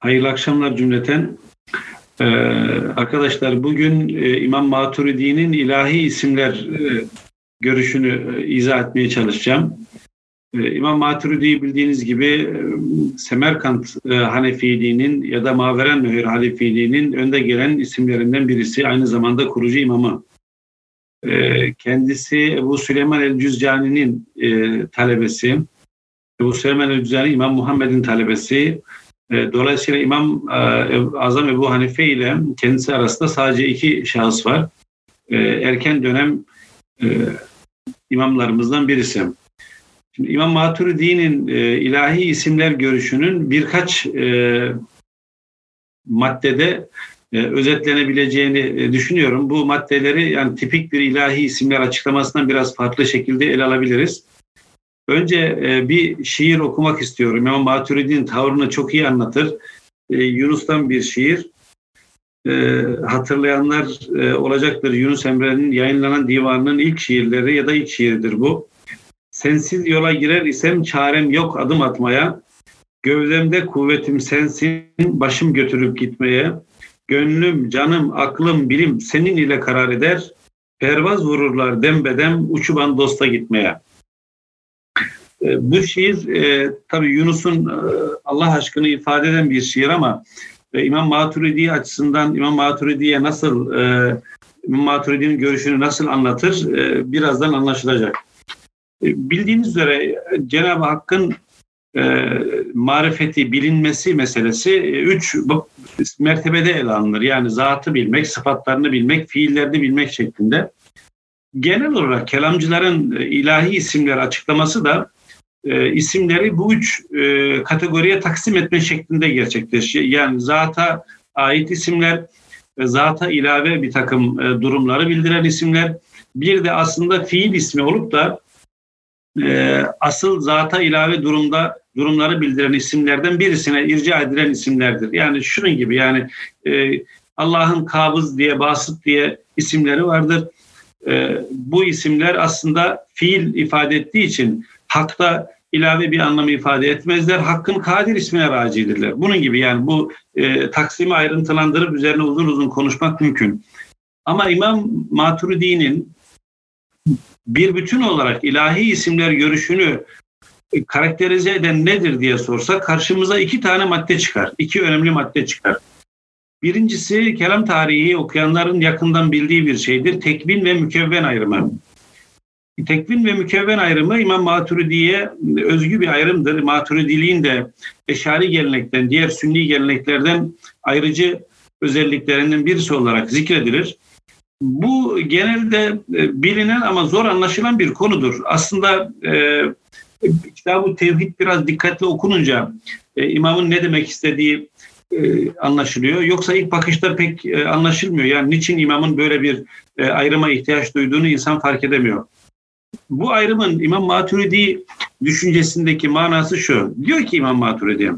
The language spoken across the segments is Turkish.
Hayırlı akşamlar cümleten. Arkadaşlar bugün İmam Maturidi'nin ilahi isimler görüşünü izah etmeye çalışacağım. İmam Maturidi bildiğiniz gibi Semerkant Hanefiliğinin ya da Maveren-Nehir Hanefiliğinin önde gelen isimlerinden birisi. Aynı zamanda kurucu imamı. Kendisi Ebu Süleyman el-Cüzcani'nin talebesi. Ebu Süleyman el-Cüzcani İmam Muhammed'in talebesi. Dolayısıyla İmam Azam Ebu Hanife ile kendisi arasında sadece iki şahıs var. Erken dönem imamlarımızdan birisi. Şimdi İmam Maturidi'nin ilahi isimler görüşünün birkaç maddede özetlenebileceğini düşünüyorum. Bu maddeleri yani tipik bir ilahi isimler açıklamasından biraz farklı şekilde ele alabiliriz. Önce bir şiir okumak istiyorum. İmam Maturidi'nin tavrını çok iyi anlatır. Yunus'tan bir şiir. Hatırlayanlar olacaktır. Yunus Emre'nin yayınlanan divanının ilk şiirleri ya da ilk şiiridir bu. Sensiz yola girer isem çarem yok adım atmaya. Gövdemde kuvvetim sensin, başım götürüp gitmeye. Gönlüm, canım, aklım, bilim senin ile karar eder. Pervaz vururlar dembedem uçuban dosta gitmeye. Bu şiir tabii Yunus'un Allah aşkını ifade eden bir şiir ama İmam Maturidi açısından İmam Maturidi'ye nasıl İmam Maturidi'nin görüşünü nasıl anlatır birazdan anlaşılacak. Bildiğiniz üzere Cenab-ı Hakk'ın marifeti, bilinmesi meselesi 3 mertebede ele alınır. Yani zatı bilmek, sıfatlarını bilmek, fiillerini bilmek şeklinde. Genel olarak kelamcıların ilahi isimleri açıklaması da isimleri bu 3 kategoriye taksim etme şeklinde gerçekleşiyor. Yani zata ait isimler, zata ilave bir takım durumları bildiren isimler, bir de aslında fiil ismi olup da asıl zata ilave durumları bildiren isimlerden birisine irca edilen isimlerdir. Yani şunun gibi yani Allah'ın kabız diye, basıt diye isimleri vardır. Bu isimler aslında fiil ifade ettiği için hakta ilave bir anlamı ifade etmezler. Hakkın kadir ismine racidirler. Bunun gibi yani bu taksimi ayrıntılandırıp üzerine uzun uzun konuşmak mümkün. Ama İmam Maturidi'nin bir bütün olarak ilahi isimler görüşünü karakterize eden nedir diye sorsak karşımıza 2 tane madde çıkar. 2 önemli madde çıkar. Birincisi kelam tarihi okuyanların yakından bildiği bir şeydir. Tekvin ve mükevven ayrımı. Tekvin ve mükevven ayrımı İmam Maturidi'ye özgü bir ayrımdır. Maturidiliğin de Eşari gelenekten, diğer Sünni geleneklerden ayrıcı özelliklerinden birisi olarak zikredilir. Bu genelde bilinen ama zor anlaşılan bir konudur. Aslında Kitab-ı Tevhid biraz dikkatli okununca imamın ne demek istediği anlaşılıyor. Yoksa ilk bakışta pek anlaşılmıyor. Yani niçin imamın böyle bir ayrıma ihtiyaç duyduğunu insan fark edemiyor. Bu ayrımın İmam Maturidi düşüncesindeki manası şu. Diyor ki İmam Maturidi,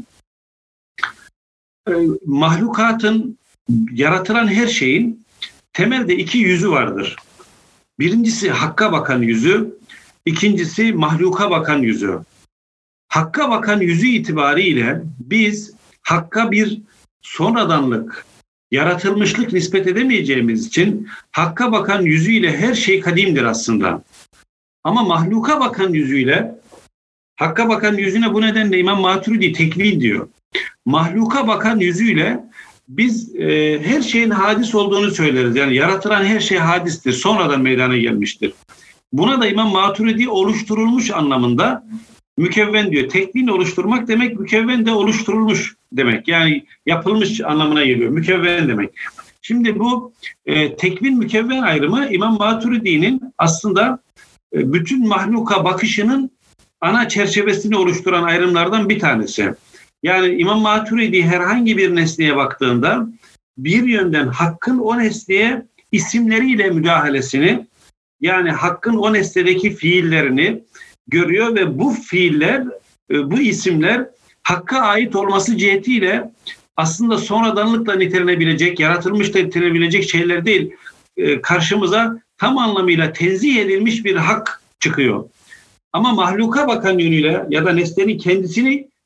mahlukatın, yaratılan her şeyin temelde 2 yüzü vardır. Birincisi Hakk'a bakan yüzü, ikincisi mahluka bakan yüzü. Hakk'a bakan yüzü itibariyle biz Hakk'a bir sonradanlık, yaratılmışlık nispet edemeyeceğimiz için Hakk'a bakan yüzüyle her şey kadimdir aslında. Ama mahluka bakan yüzüyle, Hakk'a bakan yüzüne bu nedenle İmam Maturidi tekvin diyor. Mahluka bakan yüzüyle biz her şeyin hadis olduğunu söyleriz. Yani yaratılan her şey hadistir, sonradan meydana gelmiştir. Buna da İmam Maturidi oluşturulmuş anlamında mükevven diyor. Tekvin oluşturmak demek, mükevven de oluşturulmuş demek. Yani yapılmış anlamına geliyor. Mükevven demek. Şimdi bu tekvin mükevven ayrımı İmam Maturidi'nin aslında bütün mahluka bakışının ana çerçevesini oluşturan ayrımlardan bir tanesi. Yani İmam Maturidi herhangi bir nesneye baktığında bir yönden Hakk'ın o nesneye isimleriyle müdahalesini, yani Hakk'ın o nesnedeki fiillerini görüyor ve bu fiiller, bu isimler Hakk'a ait olması cihetiyle aslında sonradanlıkla nitelenebilecek, yaratılmış da nitelenebilecek şeyler değil. Karşımıza tam anlamıyla tenzih edilmiş bir hak çıkıyor. Ama mahluka bakan yönüyle ya da nesnenin kendisini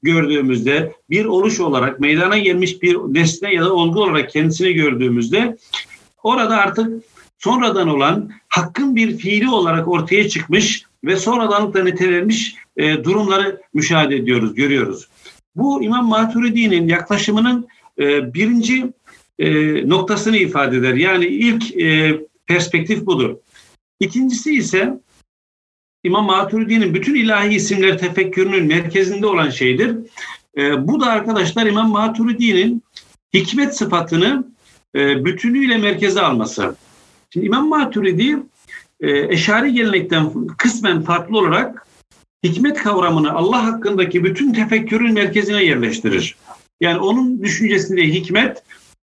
gördüğümüzde, bir oluş olarak meydana gelmiş bir nesne ya da olgu olarak kendisini gördüğümüzde orada artık sonradan olan hakkın bir fiili olarak ortaya çıkmış ve sonradan da nitelenmiş durumları müşahede ediyoruz, görüyoruz. Bu İmam Maturidi'nin yaklaşımının birinci noktasını ifade eder. Yani ilk perspektif budur. İkincisi ise İmam Maturidi'nin bütün ilahi isimler tefekkürünün merkezinde olan şeydir. Bu da arkadaşlar İmam Maturidi'nin hikmet sıfatını bütünüyle merkeze alması. Şimdi İmam Maturidi Eşari gelenekten kısmen farklı olarak hikmet kavramını Allah hakkındaki bütün tefekkürün merkezine yerleştirir. Yani onun düşüncesinde hikmet,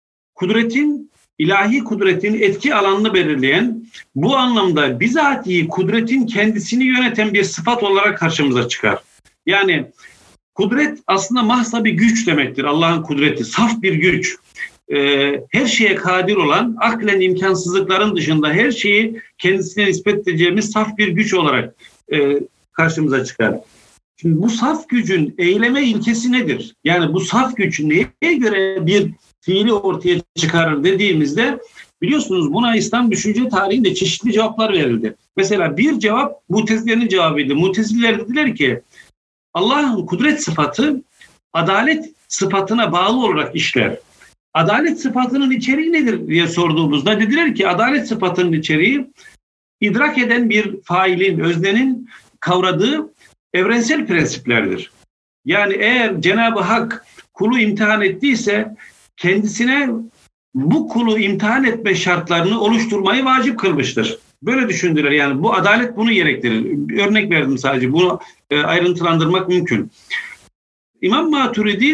ilahi kudretin etki alanını belirleyen, bu anlamda bizatihi kudretin kendisini yöneten bir sıfat olarak karşımıza çıkar. Yani kudret aslında mahsa bir güç demektir. Allah'ın kudreti, saf bir güç. Her şeye kadir olan, aklen imkansızlıkların dışında her şeyi kendisine nispet edeceğimiz saf bir güç olarak karşımıza çıkar. Şimdi bu saf gücün eyleme ilkesi nedir? Yani bu saf güç neye göre bir fiili ortaya çıkarır dediğimizde, biliyorsunuz buna İslam düşünce tarihinde çeşitli cevaplar verildi. Mesela bir cevap Mutezile'nin cevabıydı. Mutezileler dediler ki Allah'ın kudret sıfatı adalet sıfatına bağlı olarak işler. Adalet sıfatının içeriği nedir diye sorduğumuzda dediler ki adalet sıfatının içeriği idrak eden bir failin, öznenin kavradığı evrensel prensiplerdir. Yani eğer Cenab-ı Hak kulu imtihan ettiyse kendisine bu kulu imtihan etme şartlarını oluşturmayı vacip kılmıştır. Böyle düşündüler. Yani bu adalet bunu gerektirir. Örnek verdim sadece. Bunu ayrıntılandırmak mümkün. İmam Maturidi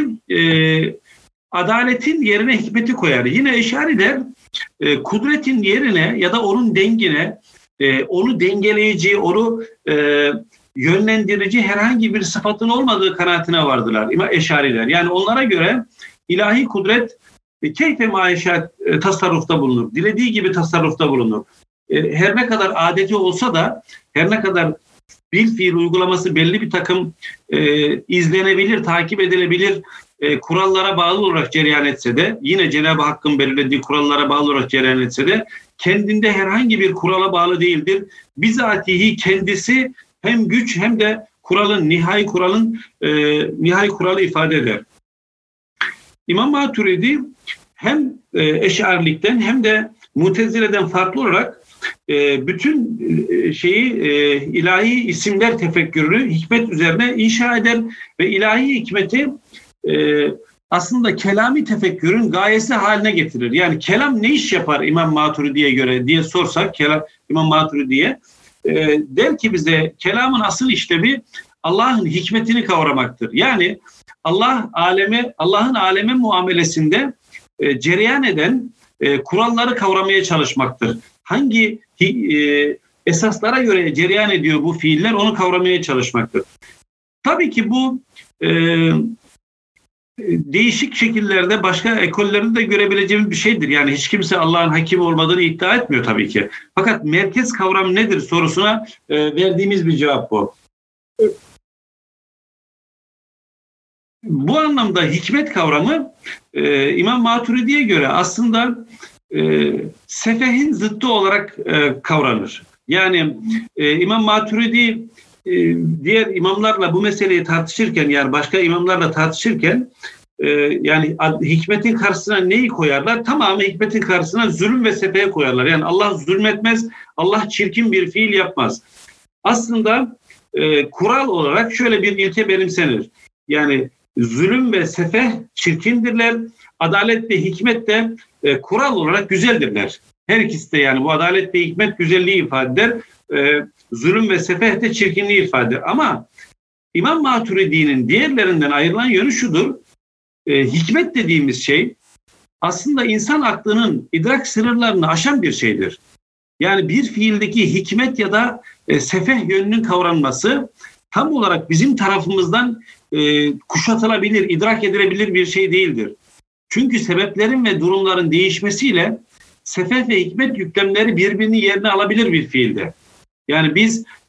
adaletin yerine hikmeti koyar. Yine Eşariler kudretin yerine ya da onun dengine, onu dengeleyici, onu yönlendirici herhangi bir sıfatın olmadığı kanaatine vardılar Eşariler. Yani onlara göre ilahi kudret keyfe maişat tasarrufta bulunur. Dilediği gibi tasarrufta bulunur. Her ne kadar adeti olsa da, her ne kadar bir fiil uygulaması belli bir takım izlenebilir, takip edilebilir kurallara bağlı olarak cereyan etse de, yine Cenab-ı Hakk'ın belirlediği kurallara bağlı olarak cereyan etse de, kendinde herhangi bir kurala bağlı değildir. Bizatihi kendisi hem güç hem de nihai kuralı ifade eder. İmam Maturidi hem Eşarilikten hem de Mutezile'den farklı olarak bütün ilahi isimler tefekkürünü hikmet üzerine inşa eder ve ilahi hikmeti aslında kelami tefekkürün gayesi haline getirir. Yani kelam ne iş yapar İmam Maturidi'ye göre diye sorsak, İmam Maturidi'ye der ki bize kelamın asıl işlevi Allah'ın hikmetini kavramaktır. Yani Allah'ın aleme muamelesinde cereyan eden kuralları kavramaya çalışmaktır. Hangi esaslara göre cereyan ediyor bu fiiller, onu kavramaya çalışmaktır. Tabii ki bu değişik şekillerde başka ekollerde de görebileceğimiz bir şeydir. Yani hiç kimse Allah'ın hakim olmadığını iddia etmiyor tabii ki. Fakat merkez kavramı nedir sorusuna verdiğimiz bir cevap bu. Bu anlamda hikmet kavramı İmam Maturidi'ye göre aslında sefehin zıttı olarak kavranır. Yani İmam Maturidi diğer imamlarla bu meseleyi tartışırken, yani başka imamlarla tartışırken yani hikmetin karşısına neyi koyarlar? Tamamı hikmetin karşısına zulüm ve sefehe koyarlar. Yani Allah zulmetmez, Allah çirkin bir fiil yapmaz. Aslında kural olarak şöyle bir ilke benimsenir. Yani zulüm ve sefeh çirkindirler, adalet ve hikmet de kural olarak güzeldirler. Her ikisi de, yani bu adalet ve hikmet güzelliği ifade eder. Zulüm ve sefeh de çirkinliği ifade eder. Ama İmam Maturidi'nin diğerlerinden ayrılan yönü şudur. Hikmet dediğimiz şey aslında insan aklının idrak sınırlarını aşan bir şeydir. Yani bir fiildeki hikmet ya da sefeh yönünün kavranması tam olarak bizim tarafımızdan kuşatılabilir, idrak edilebilir bir şey değildir. Çünkü sebeplerin ve durumların değişmesiyle sefeh ve hikmet yüklemleri birbirini yerine alabilir bir fiilde. Yani biz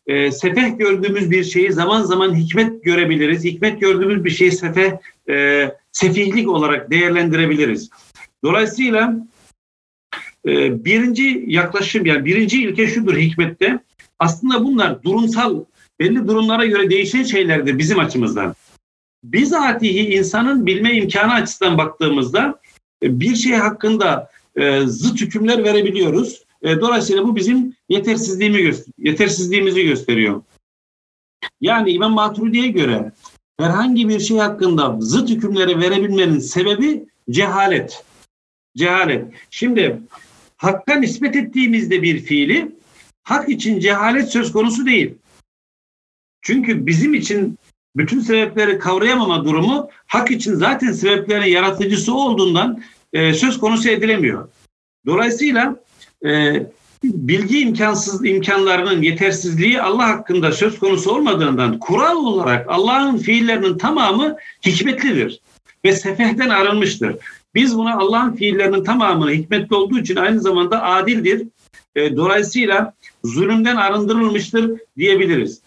sefeh gördüğümüz bir şeyi zaman zaman hikmet görebiliriz. Hikmet gördüğümüz bir şeyi sefihlik olarak değerlendirebiliriz. Dolayısıyla birinci yaklaşım, yani birinci ilke şudur hikmette. Aslında bunlar durumsal, belli durumlara göre değişen şeylerdir bizim açımızdan. Bizatihi insanın bilme imkanı açısından baktığımızda bir şey hakkında zıt hükümler verebiliyoruz. Dolayısıyla bu bizim yetersizliğimizi gösteriyor. Yani İmam Maturidi'ye göre herhangi bir şey hakkında zıt hükümleri verebilmenin sebebi cehalet. Cehalet. Şimdi hakka nispet ettiğimizde bir fiili, hak için cehalet söz konusu değil. Çünkü bizim için bütün sebepleri kavrayamama durumu hak için zaten sebeplerin yaratıcısı olduğundan söz konusu edilemiyor. Dolayısıyla bilgi imkanlarının yetersizliği Allah hakkında söz konusu olmadığından kural olarak Allah'ın fiillerinin tamamı hikmetlidir ve sefehten arınmıştır. Biz buna Allah'ın fiillerinin tamamını hikmetli olduğu için aynı zamanda adildir. Dolayısıyla zulümden arındırılmıştır diyebiliriz.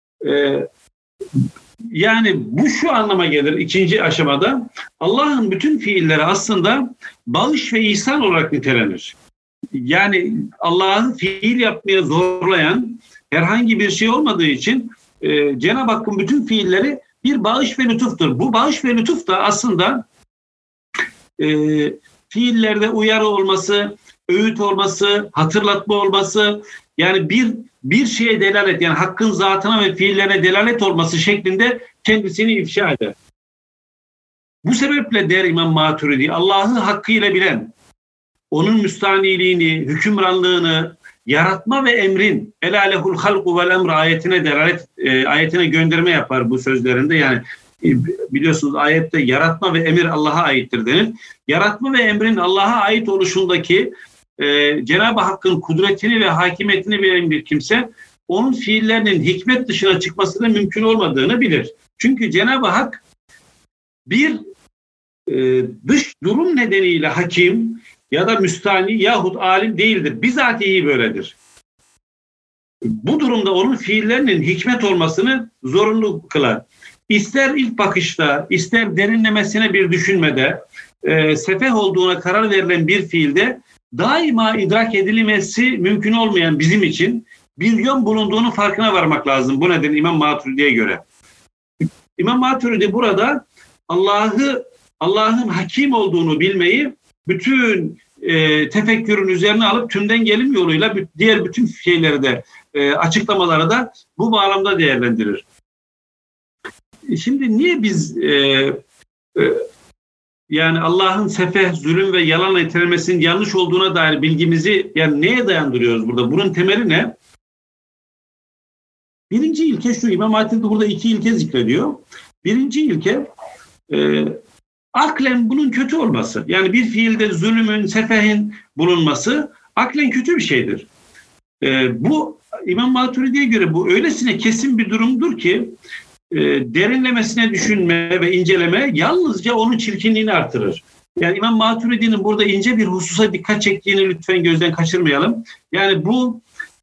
Yani bu şu anlama gelir ikinci aşamada. Allah'ın bütün fiilleri aslında bağış ve ihsan olarak nitelenir. Yani Allah'ı fiil yapmaya zorlayan herhangi bir şey olmadığı için Cenab-ı Hakk'ın bütün fiilleri bir bağış ve lütuftur. Bu bağış ve lütuf da aslında fiillerde uyarı olması, öğüt olması, hatırlatma olması, yani bir şeye delalet, yani hakkın zatına ve fiillerine delalet olması şeklinde kendisini ifşa eder. Bu sebeple der İmam Maturidi, Allah'ı hakkıyla bilen, onun müstaniliğini, hükümranlığını, yaratma ve emrin elâ lehul halku vel emr ayetine gönderme yapar bu sözlerinde. Yani biliyorsunuz ayette yaratma ve emir Allah'a aittir denir. Yaratma ve emrin Allah'a ait oluşundaki Cenab-ı Hakk'ın kudretini ve hakimiyetini bilen bir kimse onun fiillerinin hikmet dışına çıkmasının mümkün olmadığını bilir. Çünkü Cenab-ı Hak bir dış durum nedeniyle hakim ya da müstani yahut alim değildir. Bizatihi böyledir. Bu durumda onun fiillerinin hikmet olmasını zorunlu kılar. İster ilk bakışta, ister derinlemesine bir düşünmede, sefeh olduğuna karar verilen bir fiilde daima idrak edilmesi mümkün olmayan bizim için bir yön bulunduğunu farkına varmak lazım. Bu nedenle İmam Maturidi'ye göre. İmam Maturidi burada Allah'ın hakim olduğunu bilmeyi bütün tefekkürün üzerine alıp tümden gelim yoluyla diğer bütün şeyleri de açıklamaları da bu bağlamda değerlendirir. Şimdi niye biz yani Allah'ın sefeh, zulüm ve yalanla nitelemesinin yanlış olduğuna dair bilgimizi yani neye dayandırıyoruz burada? Bunun temeli ne? Birinci ilke şu, İmam Hatip burada iki ilke zikrediyor. Birinci ilke aklen bunun kötü olması. Yani bir fiilde zulümün, sefehin bulunması aklen kötü bir şeydir. Bu İmam Maturidi'ye göre bu öylesine kesin bir durumdur ki derinlemesine düşünme ve inceleme yalnızca onun çirkinliğini artırır. Yani İmam Maturidi'nin burada ince bir hususa dikkat çektiğini lütfen gözden kaçırmayalım. Yani bu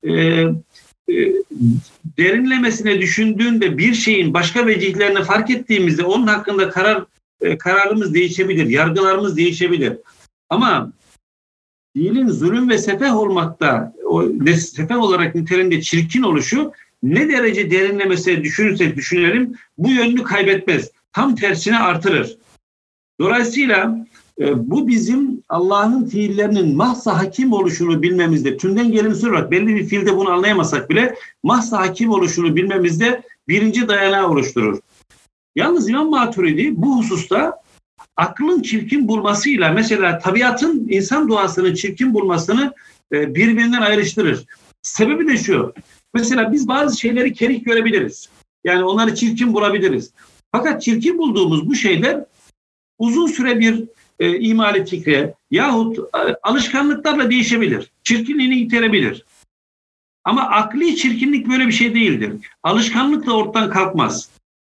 derinlemesine düşündüğünde bir şeyin başka vecihlerini fark ettiğimizde onun hakkında kararımız değişebilir, yargılarımız değişebilir. Ama fiilin zulüm ve sefeh olmakta, sefeh olarak niteliğinde çirkin oluşu ne derece derinlemesine düşünürsek düşünelim bu yönünü kaybetmez. Tam tersine artırır. Dolayısıyla bu bizim Allah'ın fiillerinin mahsa hakim oluşunu bilmemizde, tümden gelimsel olarak belli bir fiilde bunu anlayamasak bile mahsa hakim oluşunu bilmemizde birinci dayanağı oluşturur. Yalnız İmam Maturidi bu hususta aklın çirkin bulmasıyla mesela tabiatın insan doğasının çirkin bulmasını birbirinden ayrıştırır. Sebebi de şu. Mesela biz bazı şeyleri kerih görebiliriz. Yani onları çirkin bulabiliriz. Fakat çirkin bulduğumuz bu şeyler uzun süre bir imali fikre yahut alışkanlıklarla değişebilir. Çirkinliğini yitirebilir. Ama akli çirkinlik böyle bir şey değildir. Alışkanlıkla ortadan kalkmaz.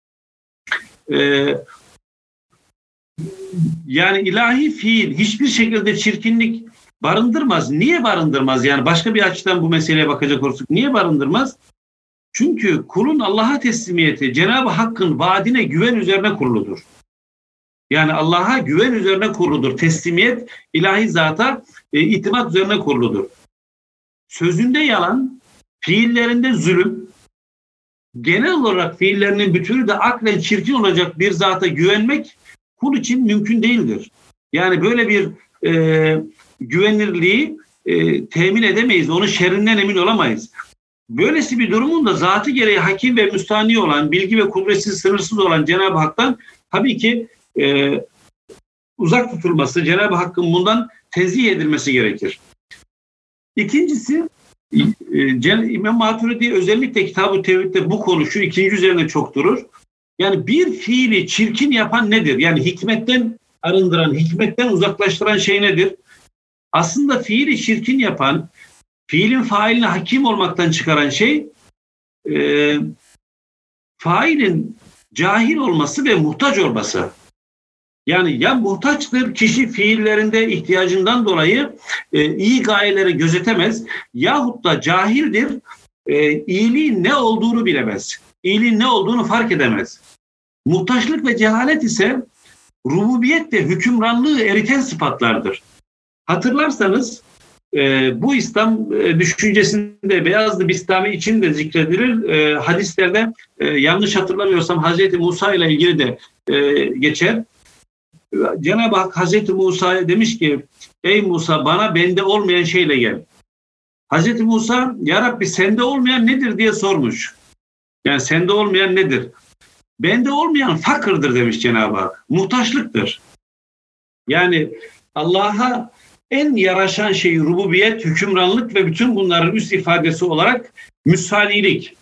Yani ilahi fiil hiçbir şekilde çirkinlik barındırmaz. Niye barındırmaz? Yani başka bir açıdan bu meseleye bakacak olursak niye barındırmaz? Çünkü kulun Allah'a teslimiyeti Cenab-ı Hakk'ın vaadine güven üzerine kuruludur. Yani Allah'a güven üzerine kuruludur. Teslimiyet ilahi zata itimat üzerine kuruludur. Sözünde yalan, fiillerinde zulüm, genel olarak fiillerinin bütünü de aklen çirkin olacak bir zata güvenmek kul için mümkün değildir. Yani böyle bir güvenirliği temin edemeyiz. Onun şerrinden emin olamayız. Böylesi bir durumun da zatı gereği hakim ve müstahni olan, bilgi ve kudretsiz, sınırsız olan Cenab-ı Hak'tan tabii ki uzak tutulması, Cenab-ı Hakk'ın bundan tenzih edilmesi gerekir. İkincisi, İmam Maturidi özellikle Kitab-ı Tevhid'de bu konu şu ikinci üzerine çok durur. Yani bir fiili çirkin yapan nedir? Yani hikmetten arındıran, hikmetten uzaklaştıran şey nedir? Aslında fiili çirkin yapan, fiilin failine hakim olmaktan çıkaran şey failin cahil olması ve muhtaç olması. Yani ya muhtaçtır, kişi fiillerinde ihtiyacından dolayı iyi gayeleri gözetemez, yahut da cahildir, iyiliğin ne olduğunu bilemez, iyiliğin ne olduğunu fark edemez. Muhtaçlık ve cehalet ise rububiyet ve hükümranlığı eriten sıfatlardır. Hatırlarsanız bu İslam düşüncesinde Beyazlı Bistami için de zikredilir. Hadislerde yanlış hatırlamıyorsam Hazreti Musa ile ilgili de geçer. Cenab-ı Hak Hazreti Musa'ya demiş ki, ey Musa bana bende olmayan şeyle gel. Hazreti Musa, ya Rabbi sende olmayan nedir diye sormuş. Yani sende olmayan nedir? Bende olmayan fakırdır demiş Cenab-ı Hak. Muhtaçlıktır. Yani Allah'a en yaraşan şey rububiyet, hükümranlık ve bütün bunların üst ifadesi olarak müsalilik.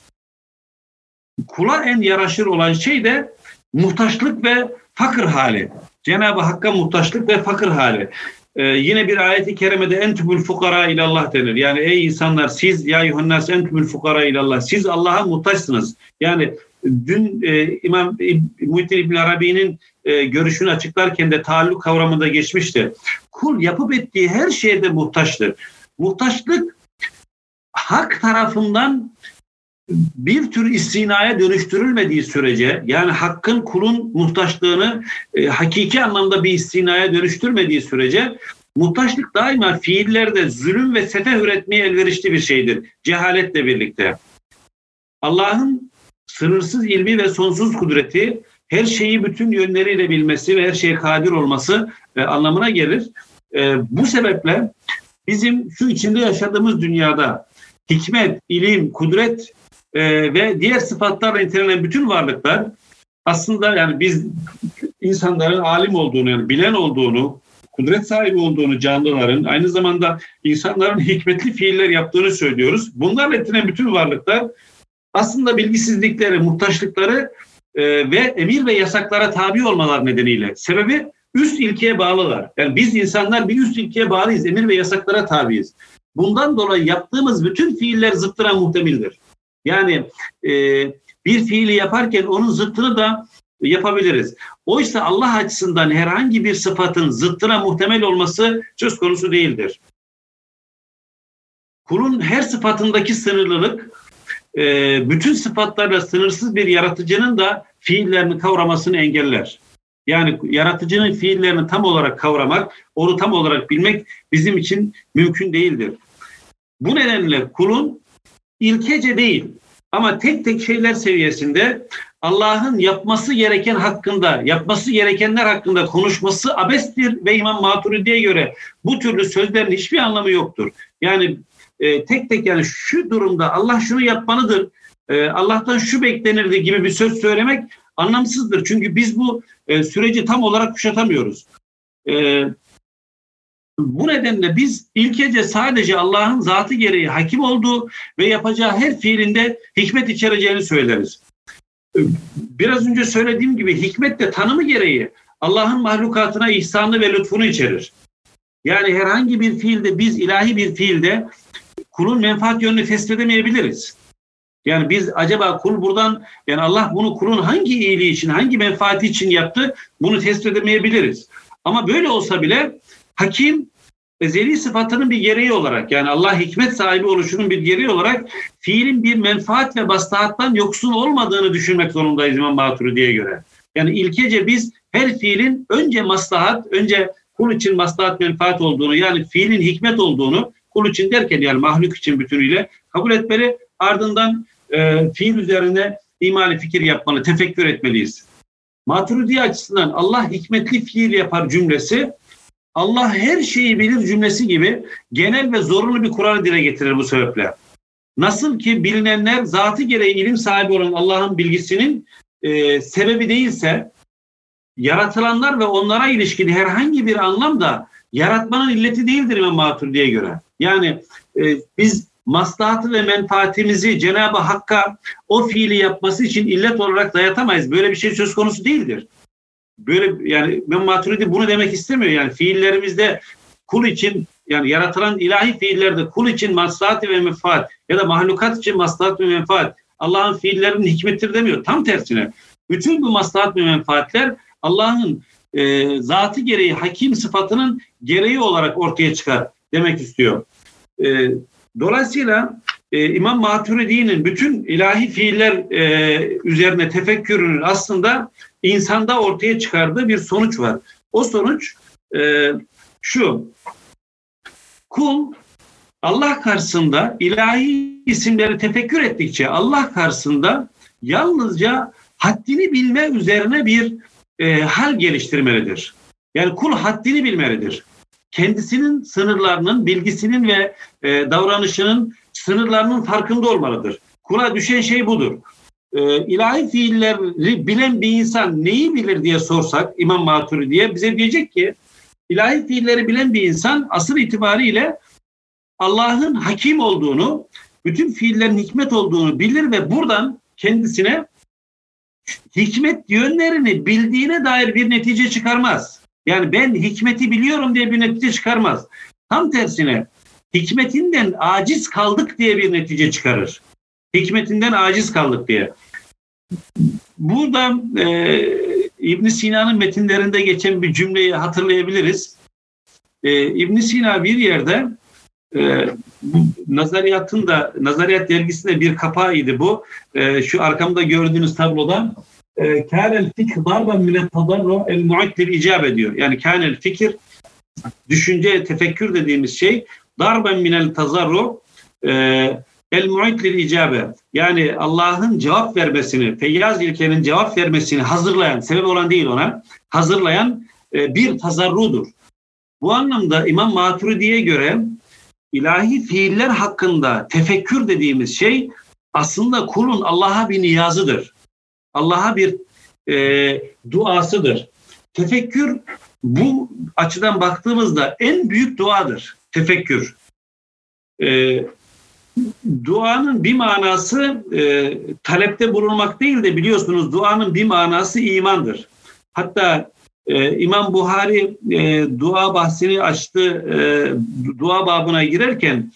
Kula en yaraşır olan şey de muhtaçlık ve fakir hali. Cenab-ı Hakk'a muhtaçlık ve fakir hali. Yine bir ayeti kerimede entümül fukara ilallah denir. Yani ey insanlar siz ya yuhannas entümül fukara ilallah. Siz Allah'a muhtaçsınız. Yani dün İmam Muhittin İbn Arabi'nin görüşünü açıklarken de taalluk kavramında geçmişti. Kul yapıp ettiği her şeyde muhtaçtır. Muhtaçlık hak tarafından bir tür istinaya dönüştürülmediği sürece, yani hakkın kulun muhtaçlığını hakiki anlamda bir istinaya dönüştürmediği sürece muhtaçlık daima fiillerde zulüm ve sefeh üretmeye elverişli bir şeydir. Cehaletle birlikte. Allah'ın sınırsız ilmi ve sonsuz kudreti, her şeyi bütün yönleriyle bilmesi ve her şeye kadir olması anlamına gelir. Bu sebeple bizim şu içinde yaşadığımız dünyada hikmet, ilim, kudret ve diğer sıfatlarla nitelenen bütün varlıklar aslında yani biz insanların alim olduğunu, yani bilen olduğunu, kudret sahibi olduğunu canlıların, aynı zamanda insanların hikmetli fiiller yaptığını söylüyoruz. Bunlarla nitelenen bütün varlıklar aslında bilgisizlikleri, muhtaçlıkları ve emir ve yasaklara tabi olmalar nedeniyle sebebi üst ilkeye bağlılar. Yani biz insanlar bir üst ilkeye bağlıyız, emir ve yasaklara tabiiz. Bundan dolayı yaptığımız bütün fiiller zıttına muhtemildir. Yani bir fiili yaparken onun zıttını da yapabiliriz. Oysa Allah açısından herhangi bir sıfatın zıttına muhtemel olması söz konusu değildir. Kulun her sıfatındaki sınırlılık, bütün sıfatlarla sınırsız bir yaratıcının da fiillerini kavramasını engeller. Yani yaratıcının fiillerini tam olarak kavramak, onu tam olarak bilmek bizim için mümkün değildir. Bu nedenle kulun ilkece değil ama tek tek şeyler seviyesinde Allah'ın yapması gereken hakkında, yapması gerekenler hakkında konuşması abestir ve İmam Maturidi'ye göre bu türlü sözlerin hiçbir anlamı yoktur. Yani tek tek yani şu durumda Allah şunu yapmalıdır, Allah'tan şu beklenirdi gibi bir söz söylemek anlamsızdır. Çünkü biz bu süreci tam olarak kuşatamıyoruz. Bu nedenle biz ilkece sadece Allah'ın zatı gereği hakim olduğu ve yapacağı her fiilinde hikmet içereceğini söyleriz. Biraz önce söylediğim gibi hikmet de tanımı gereği Allah'ın mahlukatına ihsanı ve lütfunu içerir. Yani herhangi bir fiilde biz ilahi bir fiilde kulun menfaat yönünü tespit edemeyebiliriz. Yani biz acaba kul buradan, yani Allah bunu kulun hangi iyiliği için, hangi menfaati için yaptı bunu tespit edemeyebiliriz. Ama böyle olsa bile hakim ezeli sıfatının bir gereği olarak, yani Allah hikmet sahibi oluşunun bir gereği olarak fiilin bir menfaat ve maslahattan yoksun olmadığını düşünmek zorundayız İmam Maturidi'ye göre. Yani ilkece biz her fiilin önce maslahat, önce kul için maslahat menfaat olduğunu, yani fiilin hikmet olduğunu kul için derken yani mahluk için bütünüyle kabul etmeli. Ardından fiil üzerine imali fikir yapmalı, tefekkür etmeliyiz. Maturidi açısından Allah hikmetli fiil yapar cümlesi, Allah her şeyi bilir cümlesi gibi genel ve zorunlu bir kuralı dile getirir bu sebeple. Nasıl ki bilinenler zatı gereği ilim sahibi olan Allah'ın bilgisinin sebebi değilse, yaratılanlar ve onlara ilişkin herhangi bir anlamda yaratmanın illeti değildir İmam Maturidi'ye göre. Yani biz maslahatı ve menfaatimizi Cenab-ı Hakk'a o fiili yapması için illet olarak dayatamayız. Böyle bir şey söz konusu değildir. Böyle, yani İmam Maturidi bunu demek istemiyor. Yani fiillerimizde kul için, yani yaratılan ilahi fiillerde kul için maslahat ve menfaat ya da mahlukat için maslahat ve menfaat Allah'ın fiillerinin hikmettir demiyor. Tam tersine. Bütün bu maslahat ve menfaatler Allah'ın zatı gereği hakim sıfatının gereği olarak ortaya çıkar demek istiyor. Dolayısıyla İmam Maturidi'nin bütün ilahi fiiller üzerine tefekkürünün aslında insanda ortaya çıkardığı bir sonuç var. O sonuç şu: kul Allah karşısında ilahi isimleri tefekkür ettikçe Allah karşısında yalnızca haddini bilme üzerine bir hal geliştirmelidir. Yani kul haddini bilmelidir. Kendisinin sınırlarının, bilgisinin ve davranışının sınırlarının farkında olmalıdır. Kula düşen şey budur. İlahi fiilleri bilen bir insan neyi bilir diye sorsak İmam Maturidi'ye, bize diyecek ki ilahi fiilleri bilen bir insan asıl itibariyle Allah'ın hakim olduğunu, bütün fiillerin hikmet olduğunu bilir ve buradan kendisine hikmet yönlerini bildiğine dair bir netice çıkarmaz. Yani ben hikmeti biliyorum diye bir netice çıkarmaz. Tam tersine hikmetinden aciz kaldık diye bir netice çıkarır. Hikmetinden aciz kaldık diye. Burada İbn Sina'nın metinlerinde geçen bir cümleyi hatırlayabiliriz. İbn Sina bir yerde Nazariyat dergisinde bir kapağıydı bu. Şu arkamda gördüğünüz tabloda kânel fikr darben minet tadarru el mu'ittil icabe diyor. Yani kânel fikir, düşünce, tefekkür dediğimiz şey darben minel tazarru el mu'ittil icabe. Yani Allah'ın cevap vermesini, Feyyaz ilkenin cevap vermesini hazırlayan, sebep olan değil ona, hazırlayan bir tazarrudur. Bu anlamda İmam Maturidi'ye göre ilahi fiiller hakkında tefekkür dediğimiz şey aslında kulun Allah'a bir niyazıdır. Allah'a bir duasıdır. Tefekkür bu açıdan baktığımızda en büyük duadır. Tefekkür. Duanın bir manası talepte bulunmak değil de biliyorsunuz duanın bir manası imandır. Hatta İmam Buhari dua bahsini açtı, dua babına girerken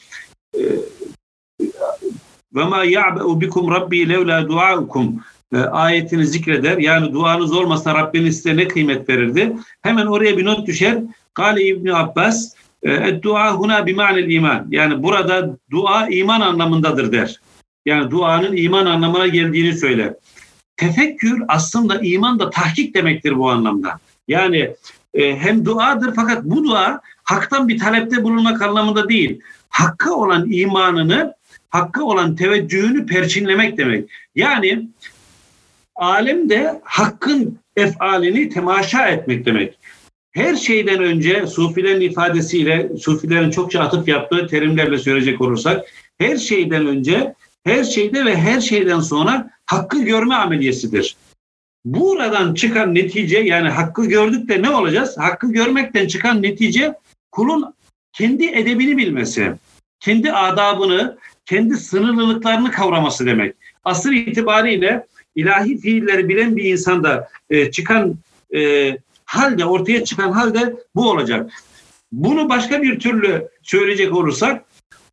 وَمَا يَعْبَأُ بِكُمْ رَبِّي لَوْلَا دُعَاءُكُمْ ayetini zikreder. Yani duanız olmasa Rabbiniz size ne kıymet verirdi? Hemen oraya bir not düşer. Kâle İbn Abbas dua huna bima'nel iman. Yani burada dua iman anlamındadır der. Yani duanın iman anlamına geldiğini söyler. Tefekkür aslında iman da tahkik demektir bu anlamda. Yani hem duadır fakat bu dua haktan bir talepte bulunmak anlamında değil. Hakka olan imanını, hakka olan teveccühünü perçinlemek demek. Yani alemde hakkın efalini temaşa etmek demek. Her şeyden önce Sufilerin ifadesiyle, Sufilerin çokça atıf yaptığı terimlerle söyleyecek olursak, her şeyden önce, her şeyde ve her şeyden sonra hakkı görme ameliyesidir. Buradan çıkan netice, yani hakkı gördük de ne olacağız? Hakkı görmekten çıkan netice kulun kendi edebini bilmesi, kendi adabını, kendi sınırlılıklarını kavraması demek. Asıl itibariyle ilahi fiilleri bilen bir insanda çıkan halde, ortaya çıkan halde bu olacak. Bunu başka bir türlü söyleyecek olursak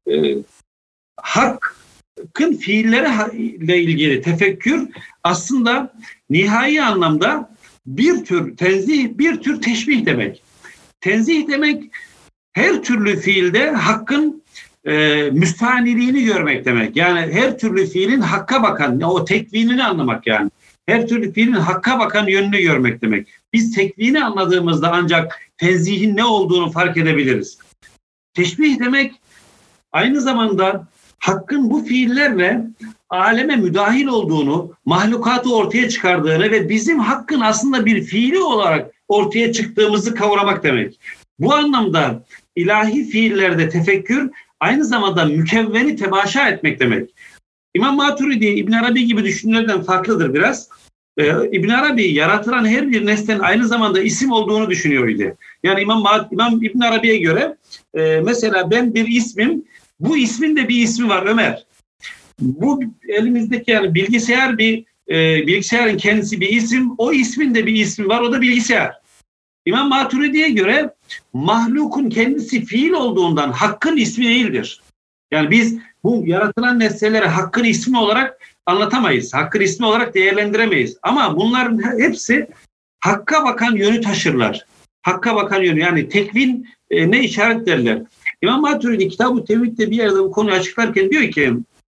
hakkın fiilleriyle ilgili tefekkür aslında nihai anlamda bir tür tenzih, bir tür teşbih demek. Tenzih demek her türlü fiilde hakkın müstaniliğini görmek demek. Yani her türlü fiilin hakka bakan, o tekvinini anlamak yani. Her türlü fiilin hakka bakan yönünü görmek demek. Biz tekvini anladığımızda ancak tenzihin ne olduğunu fark edebiliriz. Teşbih demek aynı zamanda hakkın bu fiillerle aleme müdahil olduğunu, mahlukatı ortaya çıkardığını ve bizim hakkın aslında bir fiili olarak ortaya çıktığımızı kavramak demek. Bu anlamda ilahi fiillerde tefekkür aynı zamanda mükevveni tebaşa etmek demek. İmam Maturidi, İbn Arabi gibi düşünürlerden farklıdır biraz. İbn Arabi yaratılan her bir nesnenin aynı zamanda isim olduğunu düşünüyordu. Yani İmam İbn Arabi'ye göre mesela ben bir ismim, bu ismin de bir ismi var Ömer. Bu elimizdeki yani bilgisayarın kendisi bir isim, o ismin de bir ismi var, o da bilgisayar. İmam Maturidi'ye göre mahlukun kendisi fiil olduğundan hakkın ismi değildir. Yani biz bu yaratılan nesneleri hakkın ismi olarak anlatamayız. Hakkın ismi olarak değerlendiremeyiz. Ama bunların hepsi hakka bakan yönü taşırlar. Hakka bakan yönü yani tekvin ne işaret derler. İmam Maturidi Kitab-ı Tevhid'de bir yerde bu konuyu açıklarken diyor ki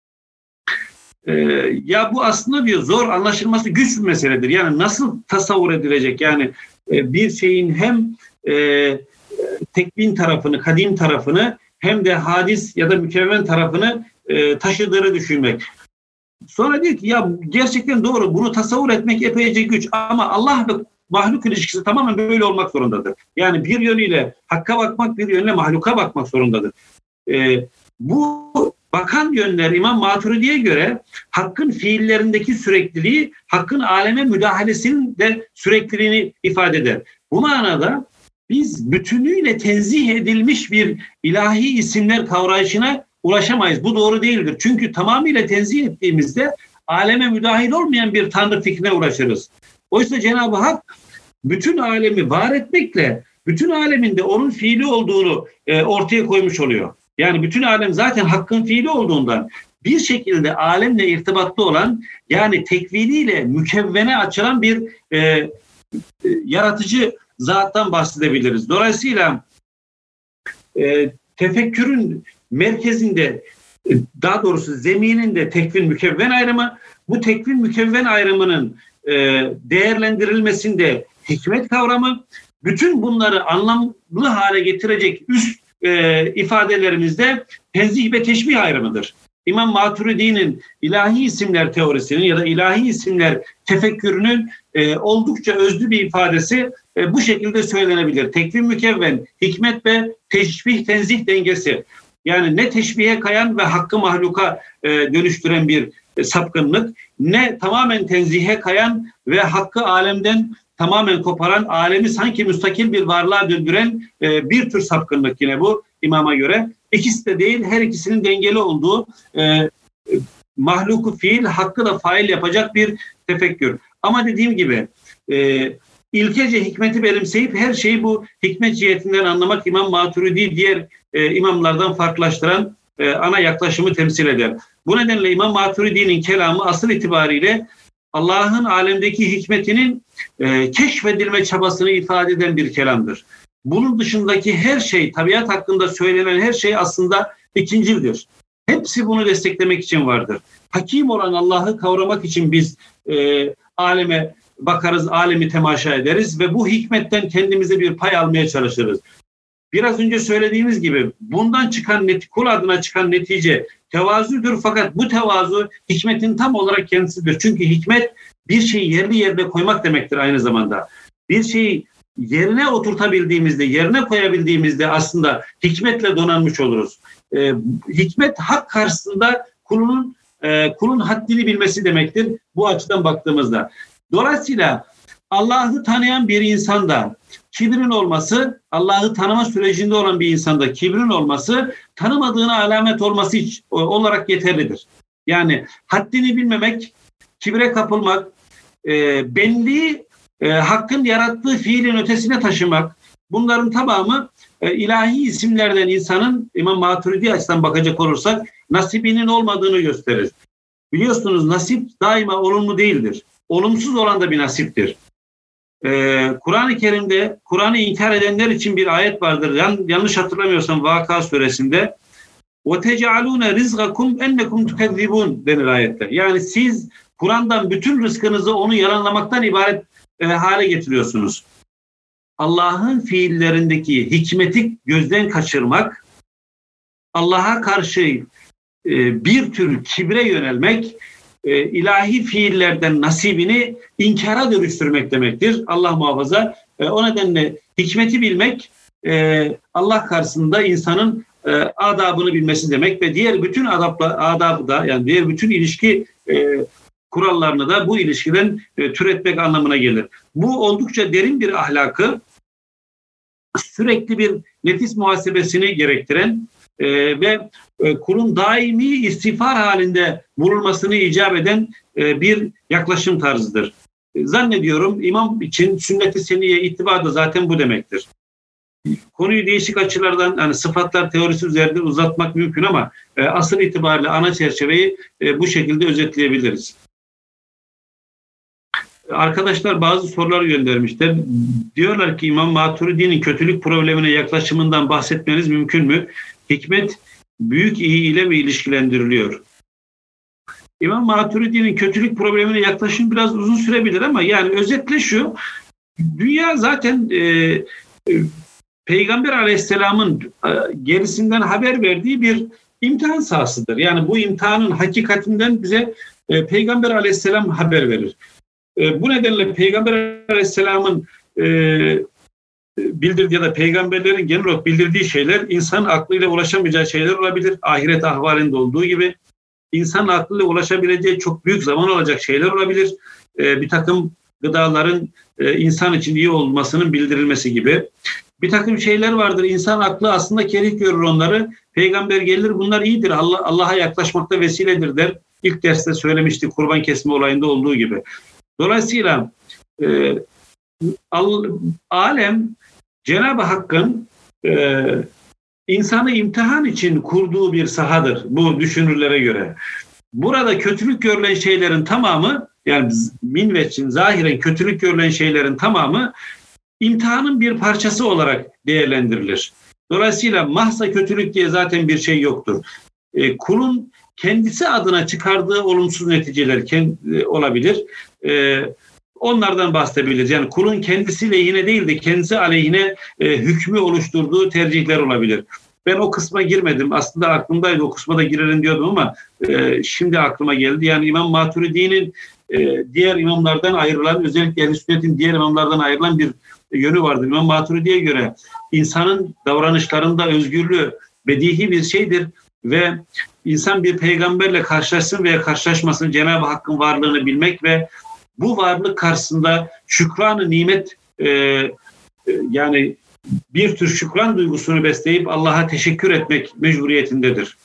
ya bu aslında diyor zor anlaşılması güç bir meseledir. Yani nasıl tasavvur edilecek yani bir şeyin hem tekvin tarafını, kadim tarafını hem de hadis ya da mükevven tarafını taşıdığını düşünmek. Sonra diyor ki ya gerçekten doğru bunu tasavvur etmek epeyce güç ama Allah ve mahluk ilişkisi tamamen böyle olmak zorundadır. Yani bir yönüyle hakka bakmak, bir yönüyle mahluka bakmak zorundadır. Bu bakan yönler İmam Maturidi'ye göre hakkın fiillerindeki sürekliliği, hakkın aleme müdahalesinin de sürekliliğini ifade eder. Bu manada biz bütünüyle tenzih edilmiş bir ilahi isimler kavrayışına ulaşamayız. Bu doğru değildir. Çünkü tamamıyla tenzih ettiğimizde aleme müdahil olmayan bir tanrı fikrine ulaşırız. Oysa Cenab-ı Hak bütün alemi var etmekle bütün alemin de onun fiili olduğunu ortaya koymuş oluyor. Yani bütün alem zaten hakkın fiili olduğundan bir şekilde alemle irtibatlı olan yani tekviniyle mükevvene açılan bir yaratıcı zattan bahsedebiliriz. Dolayısıyla tefekkürün merkezinde daha doğrusu zemininde tekvin mükevven ayrımı, bu tekvin mükevven ayrımının değerlendirilmesinde hikmet kavramı, bütün bunları anlamlı hale getirecek üst ifadelerimizde tenzih ve teşbih ayrımıdır. İmam Maturidi'nin ilahi isimler teorisinin ya da ilahi isimler tefekkürünün oldukça özlü bir ifadesi bu şekilde söylenebilir. Tekvin mükevven, hikmet ve teşbih tenzih dengesi. Yani ne teşbihe kayan ve hakkı mahluka dönüştüren bir sapkınlık, ne tamamen tenzihe kayan ve hakkı alemden tamamen koparan, alemi sanki müstakil bir varlığa döndüren bir tür sapkınlık yine bu imama göre. İkisi de değil, her ikisinin dengeli olduğu mahluku fiil, hakkı da fail yapacak bir tefekkür. Ama dediğim gibi ilkece hikmeti benimseyip her şeyi bu hikmet cihetinden anlamak İmam Maturidi diğer imamlardan farklılaştıran ana yaklaşımı temsil eder. Bu nedenle İmam Maturidi'nin kelamı asıl itibariyle Allah'ın alemdeki hikmetinin keşfedilme çabasını ifade eden bir kelamdır. Bunun dışındaki her şey, tabiat hakkında söylenen her şey aslında ikincildir. Hepsi bunu desteklemek için vardır. Hakim olan Allah'ı kavramak için biz aleme bakarız, alemi temaşa ederiz ve bu hikmetten kendimize bir pay almaya çalışırız. Biraz önce söylediğimiz gibi bundan çıkan kul adına çıkan netice tevazudur fakat bu tevazu hikmetin tam olarak kendisidir. Çünkü hikmet bir şeyi yerli yerine koymak demektir aynı zamanda. Bir şeyi yerine oturtabildiğimizde, yerine koyabildiğimizde aslında hikmetle donanmış oluruz. Hikmet hak karşısında kulun haddini bilmesi demektir bu açıdan baktığımızda. Dolayısıyla Allah'ı tanıyan bir insanda kibrin olması, Allah'ı tanıma sürecinde olan bir insanda kibrin olması, tanımadığına alamet olması olarak yeterlidir. Yani haddini bilmemek, kibre kapılmak, benliği hakkın yarattığı fiilin ötesine taşımak, bunların tamamı ilahi isimlerden insanın İmam Maturidi açısından bakacak olursak nasibinin olmadığını gösterir. Biliyorsunuz nasip daima olumlu değildir. Olumsuz olan da bir nasiptir. Kur'an-ı Kerim'de Kur'an'ı inkar edenler için bir ayet vardır. Yanlış hatırlamıyorsam Vaka suresinde وَتَجَعَلُونَ رِزْغَكُمْ اَنَّكُمْ تُكَذِّبُونَ denir ayette. Yani siz Kur'an'dan bütün rızkınızı onu yalanlamaktan ibaret hale getiriyorsunuz. Allah'ın fiillerindeki hikmeti gözden kaçırmak, Allah'a karşı bir tür kibre yönelmek, ilahi fiillerden nasibini inkara dönüştürmek demektir. Allah muhafaza. O nedenle hikmeti bilmek Allah karşısında insanın adabını bilmesi demek ve diğer bütün adabı da, yani diğer bütün ilişki kurallarını da bu ilişkiden türetmek anlamına gelir. Bu oldukça derin bir ahlakı, sürekli bir nefis muhasebesini gerektiren ve kulun daimi istiğfar halinde bulunmasını icap eden bir yaklaşım tarzıdır. Zannediyorum imam için sünnet-i seniyye ittiba da zaten bu demektir. Konuyu değişik açılardan, yani sıfatlar teorisi üzerinde uzatmak mümkün ama asıl itibariyle ana çerçeveyi bu şekilde özetleyebiliriz. Arkadaşlar bazı sorular göndermişler. Diyorlar ki İmam Maturidi'nin kötülük problemine yaklaşımından bahsetmeniz mümkün mü? Hikmet büyük iyi ile mi ilişkilendiriliyor? İmam Maturidi'nin kötülük problemine yaklaşım biraz uzun sürebilir ama yani özetle şu: dünya zaten Peygamber Aleyhisselam'ın gerisinden haber verdiği bir imtihan sahasıdır. Yani bu imtihanın hakikatinden bize Peygamber Aleyhisselam haber verir. Bu nedenle Peygamber Aleyhisselam'ın bildirdiği ya da peygamberlerin genel olarak bildirdiği şeyler insan aklıyla ulaşamayacağı şeyler olabilir. Ahiret ahvalinde olduğu gibi insan aklıyla ulaşabileceği çok büyük zaman olacak şeyler olabilir. Bir takım gıdaların insan için iyi olmasının bildirilmesi gibi. Bir takım şeyler vardır. İnsan aklı aslında kerih görür onları. Peygamber gelir, bunlar iyidir, Allah'a yaklaşmakta vesiledir der. İlk derste söylemiştik, kurban kesme olayında olduğu gibi. Dolayısıyla alem Cenab-ı Hakk'ın insanı imtihan için kurduğu bir sahadır bu düşünürlere göre. Burada kötülük görülen şeylerin tamamı, yani minveçin zahiren kötülük görülen şeylerin tamamı imtihanın bir parçası olarak değerlendirilir. Dolayısıyla mahsa kötülük diye zaten bir şey yoktur. Kulun kendisi adına çıkardığı olumsuz neticeler olabilir. Onlardan bahsedebiliriz. Yani kulun kendisi lehine değil de kendisi aleyhine hükmü oluşturduğu tercihler olabilir. Ben o kısma girmedim. Aslında aklımdaydı, o kısma da girerim diyordum ama şimdi aklıma geldi. Yani İmam Maturidi'nin diğer imamlardan ayrılan, özellikle Ehl-i Sünnet'in diğer imamlardan ayrılan bir yönü vardır. İmam Maturidi'ye göre insanın davranışlarında özgürlüğü bedihi bir şeydir ve insan bir peygamberle karşılaşsın veya karşılaşmasın, Cenab-ı Hakk'ın varlığını bilmek ve bu varlık karşısında şükran-ı nimet, yani bir tür şükran duygusunu besleyip Allah'a teşekkür etmek mecburiyetindedir.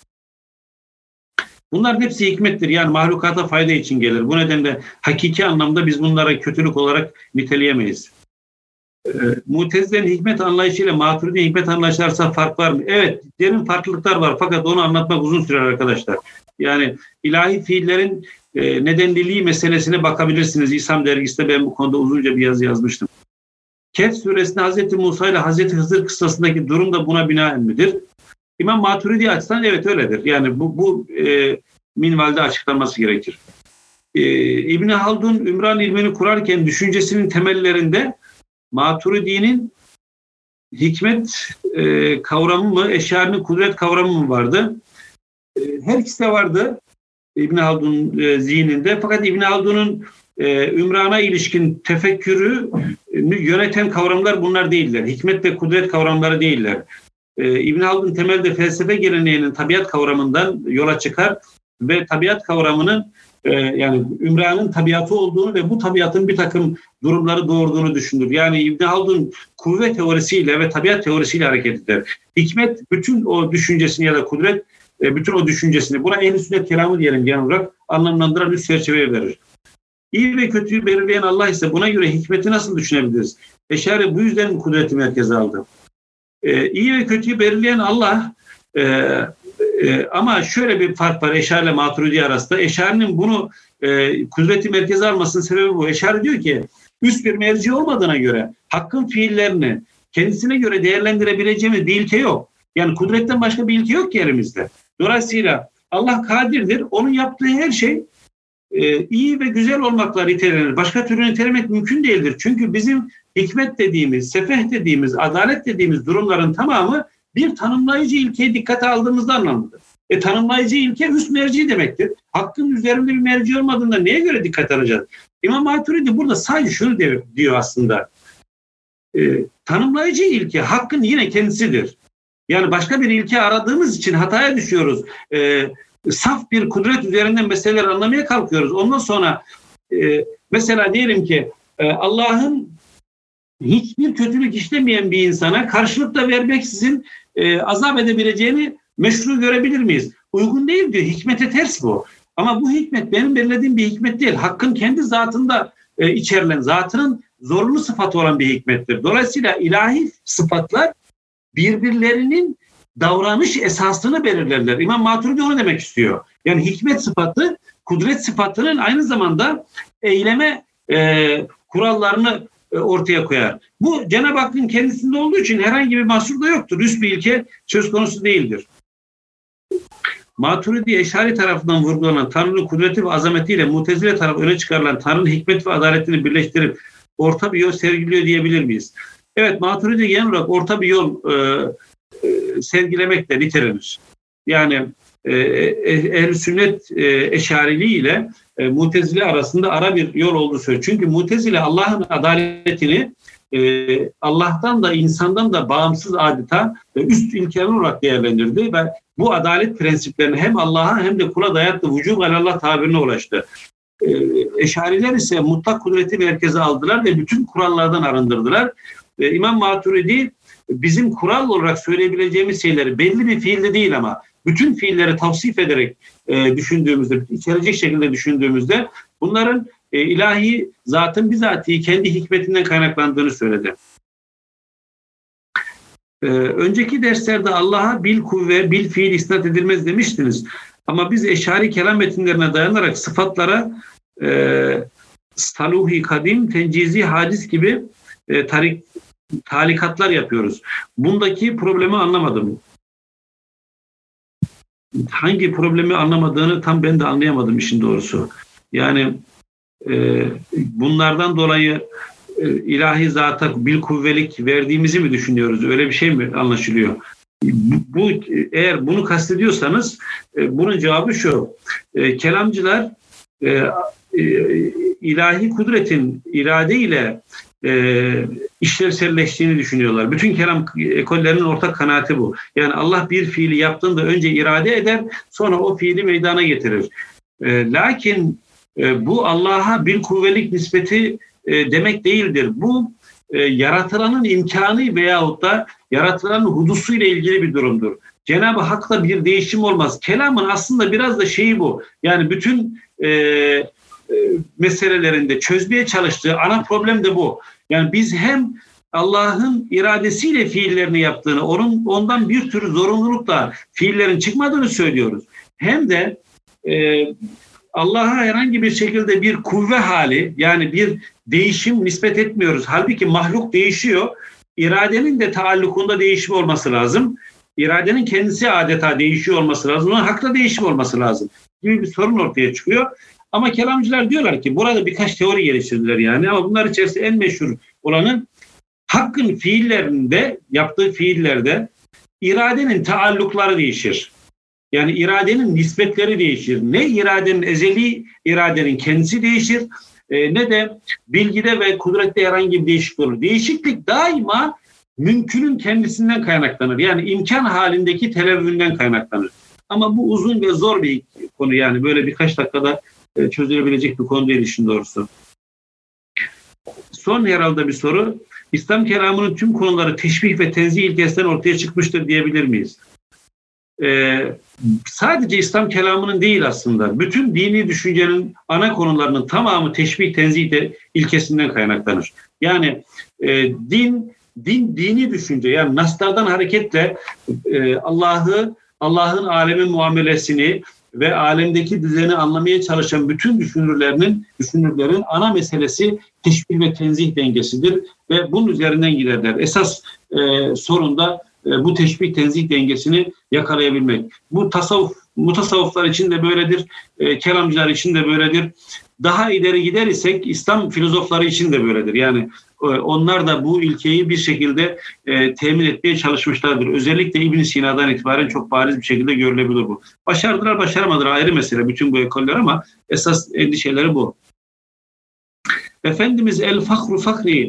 Bunların hepsi hikmettir. Yani mahlukata fayda için gelir. Bu nedenle hakiki anlamda biz bunlara kötülük olarak niteleyemeyiz. Mutezile'nin hikmet anlayışıyla Maturidi'nin hikmet anlayışı arasında fark var mı? Evet, derin farklılıklar var fakat onu anlatmak uzun sürer arkadaşlar. Yani ilahi fiillerin nedenliliği meselesine bakabilirsiniz. İslam dergisinde ben bu konuda uzunca bir yazı yazmıştım. Kehf suresinde Hz. Musa ile Hz. Hızır kıssasındaki durum da buna binaen midir? İmam Maturidi açısından evet öyledir. Yani bu minvalde açıklanması gerekir. İbn Haldun Ümran ilmini kurarken düşüncesinin temellerinde Maturidi'nin hikmet kavramı mı, Eşari'nin kudret kavramı mı vardı? Her ikisi de vardı İbn Haldun zihninde. Fakat İbn Haldun'un Ümran'a ilişkin tefekkürü yöneten kavramlar bunlar değiller. Hikmet ve kudret kavramları değiller. İbn Haldun temelde felsefe geleneğinin tabiat kavramından yola çıkar ve tabiat kavramının yani Ümran'ın tabiatı olduğunu ve bu tabiatın bir takım durumları doğurduğunu düşünür. Yani İbn Haldun kuvvet teorisiyle ve tabiat teorisiyle hareket eder. Hikmet bütün o düşüncesini ya da kudret bütün o düşüncesini, buna Ehl-i Sünnet kelamı diyelim genel olarak, anlamlandıran üst çerçeveye verir. İyi ve kötüyü belirleyen Allah ise buna göre hikmeti nasıl düşünebiliriz? Eşari bu yüzden mi kudreti merkeze aldı? İyi ve kötüyü belirleyen Allah, ama şöyle bir fark var Eşari ile Maturidi arasında. Eşari'nin bunu kudreti merkeze almasının sebebi bu. Eşari diyor ki üst bir merci olmadığına göre hakkın fiillerini kendisine göre değerlendirebileceğimiz bir ilke yok. Yani kudretten başka bir ilke yok ki elimizde. Dolayısıyla Allah kadirdir. Onun yaptığı her şey iyi ve güzel olmakla nitelenir. Başka türlü nitelemek mümkün değildir. Çünkü bizim hikmet dediğimiz, sefeh dediğimiz, adalet dediğimiz durumların tamamı bir tanımlayıcı ilkeyi dikkate aldığımızda anlamlıdır. Tanımlayıcı ilke üst merci demektir. Hakkın üzerinde bir merci olmadığında neye göre dikkat alacağız? İmam Maturidi burada sadece şunu diyor aslında. Tanımlayıcı ilke hakkın yine kendisidir. Yani başka bir ilke aradığımız için hataya düşüyoruz. Saf bir kudret üzerinden meseleleri anlamaya kalkıyoruz. Ondan sonra mesela diyelim ki Allah'ın hiçbir kötülük işlemeyen bir insana karşılık da vermeksizin azap edebileceğini meşru görebilir miyiz? Uygun değil diyor. Hikmete ters bu. Ama bu hikmet benim belirlediğim bir hikmet değil. Hakkın kendi zatında içerilen, zatının zorunlu sıfatı olan bir hikmettir. Dolayısıyla ilahi sıfatlar birbirlerinin davranış esasını belirlerler. İmam Maturidi onu demek istiyor. Yani hikmet sıfatı, kudret sıfatının aynı zamanda eyleme kurallarını ortaya koyar. Bu Cenab-ı Hakk'ın kendisinde olduğu için herhangi bir mahsur da yoktur. Üst bir ilke söz konusu değildir. Maturidi Eşari tarafından vurgulanan Tanrı'nın kudreti ve azametiyle Mutezile tarafı öne çıkarılan Tanrı'nın hikmet ve adaletini birleştirip orta bir yol sergiliyor diyebilir miyiz? Evet, Maturidi genel olarak orta bir yol sergilemekle nitelenir. Yani Ehl-i Sünnet Eşariliği ile Mutezile arasında ara bir yol olduğu söylüyor. Çünkü Mutezile Allah'ın adaletini Allah'tan da insandan da bağımsız adeta üst ilkeler olarak değerlendirdi ve bu adalet prensiplerini hem Allah'a hem de kula dayattı. Vücub alallah tabirine ulaştı. Eşariler ise mutlak kudreti merkeze aldılar ve bütün kurallardan arındırdılar. İmam Maturidi bizim kural olarak söyleyebileceğimiz şeyleri belli bir fiilde değil ama bütün fiilleri tavsif ederek düşündüğümüzde, içerecek şekilde düşündüğümüzde bunların ilahi zatın bizatihi kendi hikmetinden kaynaklandığını söyledi. Önceki derslerde Allah'a bil kuvve, bil fiil isnat edilmez demiştiniz. Ama biz eşari kelam metinlerine dayanarak sıfatlara saluhi kadim, tencizi hadis gibi talikatlar yapıyoruz. Bundaki problemi anlamadım. Hangi problemi anlamadığını tam ben de anlayamadım işin doğrusu. Yani bunlardan dolayı ilahi zata bil kuvvelik verdiğimizi mi düşünüyoruz? Öyle bir şey mi anlaşılıyor? Eğer bunu kastediyorsanız bunun cevabı şu. Kelamcılar ilahi kudretin irade ile işlevselleştiğini düşünüyorlar. Bütün kelam ekollerinin ortak kanaati bu. Yani Allah bir fiili yaptığında önce irade eder, sonra o fiili meydana getirir. Lakin bu Allah'a bir kuvvelik nispeti demek değildir. Bu yaratılanın imkanı veyahut da yaratılanın hudusu ile ilgili bir durumdur. Cenab-ı Hak'ta bir değişim olmaz. Kelamın aslında biraz da şeyi bu. Yani bütün meselelerinde çözmeye çalıştığı ana problem de bu. Yani biz hem Allah'ın iradesiyle fiillerini yaptığını, ondan bir tür zorunlulukla fiillerin çıkmadığını söylüyoruz. Hem de Allah'a herhangi bir şekilde bir kuvve hali, yani bir değişim nispet etmiyoruz. Halbuki mahluk değişiyor. İradenin de taallukunda değişim olması lazım. İradenin kendisi adeta değişiyor olması lazım. Onun hakta değişim olması lazım gibi bir sorun ortaya çıkıyor. Ama kelamcılar diyorlar ki burada birkaç teori geliştirdiler yani. Ama bunlar içerisinde en meşhur olanın hakkın fiillerinde, yaptığı fiillerde iradenin taallukları değişir. Yani iradenin nispetleri değişir. Ne iradenin ezeli iradenin kendisi değişir ne de bilgide ve kudrette herhangi bir değişiklik olur. Değişiklik daima mümkünün kendisinden kaynaklanır. Yani imkan halindeki televvünden kaynaklanır. Ama bu uzun ve zor bir konu, yani böyle birkaç dakikada çözülebilecek bir konu değil işin doğrusu. Son herhalde bir soru. İslam kelamının tüm konuları teşbih ve tenzih ilkesinden ortaya çıkmıştır diyebilir miyiz? Sadece İslam kelamının değil aslında. Bütün dini düşüncenin ana konularının tamamı teşbih tenzih ilkesinden kaynaklanır. Yani dini düşünce, yani naslardan hareketle Allah'ın alemin muamelesini ve alemdeki düzeni anlamaya çalışan bütün düşünürlerin ana meselesi teşbih ve tenzih dengesidir ve bunun üzerinden giderler. Esas sorun da bu teşbih tenzih dengesini yakalayabilmek. Bu mutasavvıflar için de böyledir, kelamcılar için de böyledir. Daha ileri gider isek İslam filozofları için de böyledir. Yani onlar da bu ilkeyi bir şekilde temin etmeye çalışmışlardır. Özellikle İbn Sina'dan itibaren çok bariz bir şekilde görülebilir bu. Başardılar, başaramadılar ayrı mesele bütün bu ekoller ama esas endişeleri bu. Efendimiz el fakru